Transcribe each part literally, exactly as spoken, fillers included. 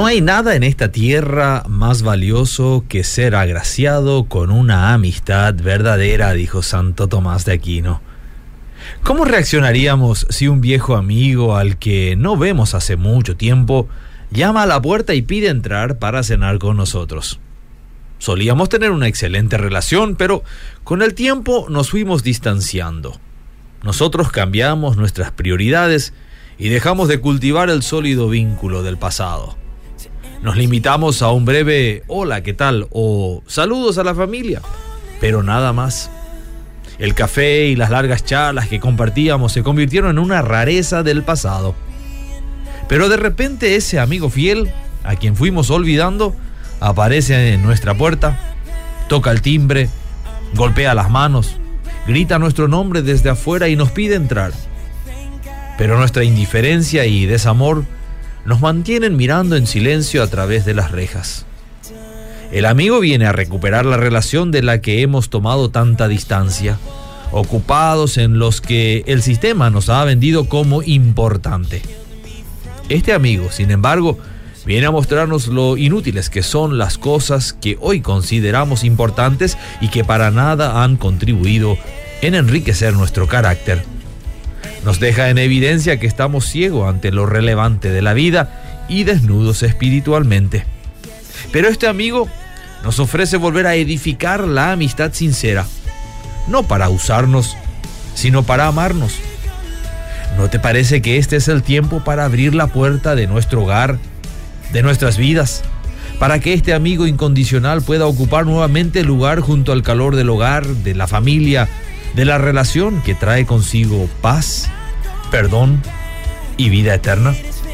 No hay nada en esta tierra más valioso que ser agraciado con una amistad verdadera, dijo Santo Tomás de Aquino. ¿Cómo reaccionaríamos si un viejo amigo al que no vemos hace mucho tiempo llama a la puerta y pide entrar para cenar con nosotros? Solíamos tener una excelente relación, pero con el tiempo nos fuimos distanciando. Nosotros cambiamos nuestras prioridades y dejamos de cultivar el sólido vínculo del pasado. Nos limitamos a un breve hola, ¿qué tal? O saludos a la familia, pero nada más. El café y las largas charlas que compartíamos se convirtieron en una rareza del pasado. Pero de repente ese amigo fiel, a quien fuimos olvidando, aparece en nuestra puerta, toca el timbre, golpea las manos, grita nuestro nombre desde afuera y nos pide entrar. Pero nuestra indiferencia y desamor nos mantienen mirando en silencio a través de las rejas. El amigo viene a recuperar la relación de la que hemos tomado tanta distancia, ocupados en los que el sistema nos ha vendido como importante. Este amigo, sin embargo, viene a mostrarnos lo inútiles que son las cosas que hoy consideramos importantes y que para nada han contribuido en enriquecer nuestro carácter. Nos deja en evidencia que estamos ciegos ante lo relevante de la vida y desnudos espiritualmente. Pero este amigo nos ofrece volver a edificar la amistad sincera, no para usarnos, sino para amarnos. ¿No te parece que este es el tiempo para abrir la puerta de nuestro hogar, de nuestras vidas, para que este amigo incondicional pueda ocupar nuevamente el lugar junto al calor del hogar, de la familia, de la relación que trae consigo paz, perdón y vida eterna?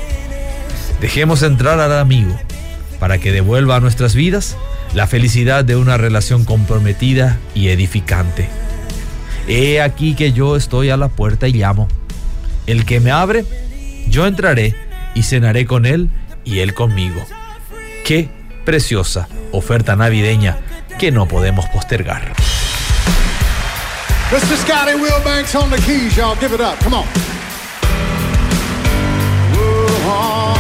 Dejemos entrar al amigo para que devuelva a nuestras vidas la felicidad de una relación comprometida y edificante. He aquí que yo estoy a la puerta y llamo. El que me abre, yo entraré y cenaré con él y él conmigo. Qué preciosa oferta navideña que no podemos postergar. mister Scotty Wilbanks on the keys, y'all. Give it up. Come on. Whoa,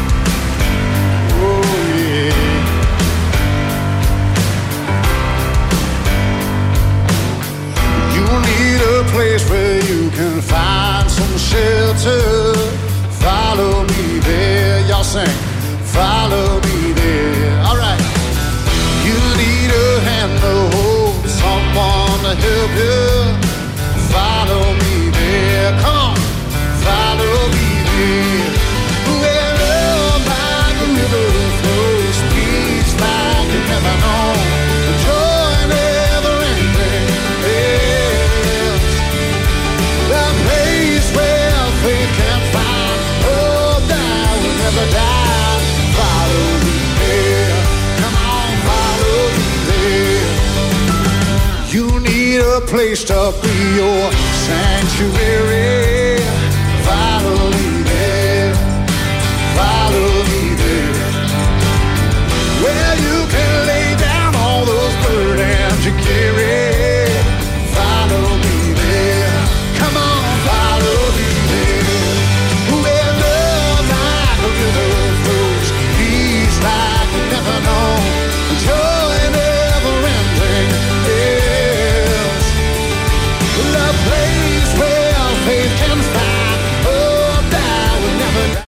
oh, yeah. You need a place where you can find some shelter. Follow me there. Y'all sing. Follow me there. All right. You need a hand to hold, someone to help you. Follow me there. Come on. Follow me there. Wherever my river flows, peace like you never known. Joy never ending ends. The place where faith can find hope that will never die. Follow me there. Come on, follow me there. You need a place to be your sanctuary.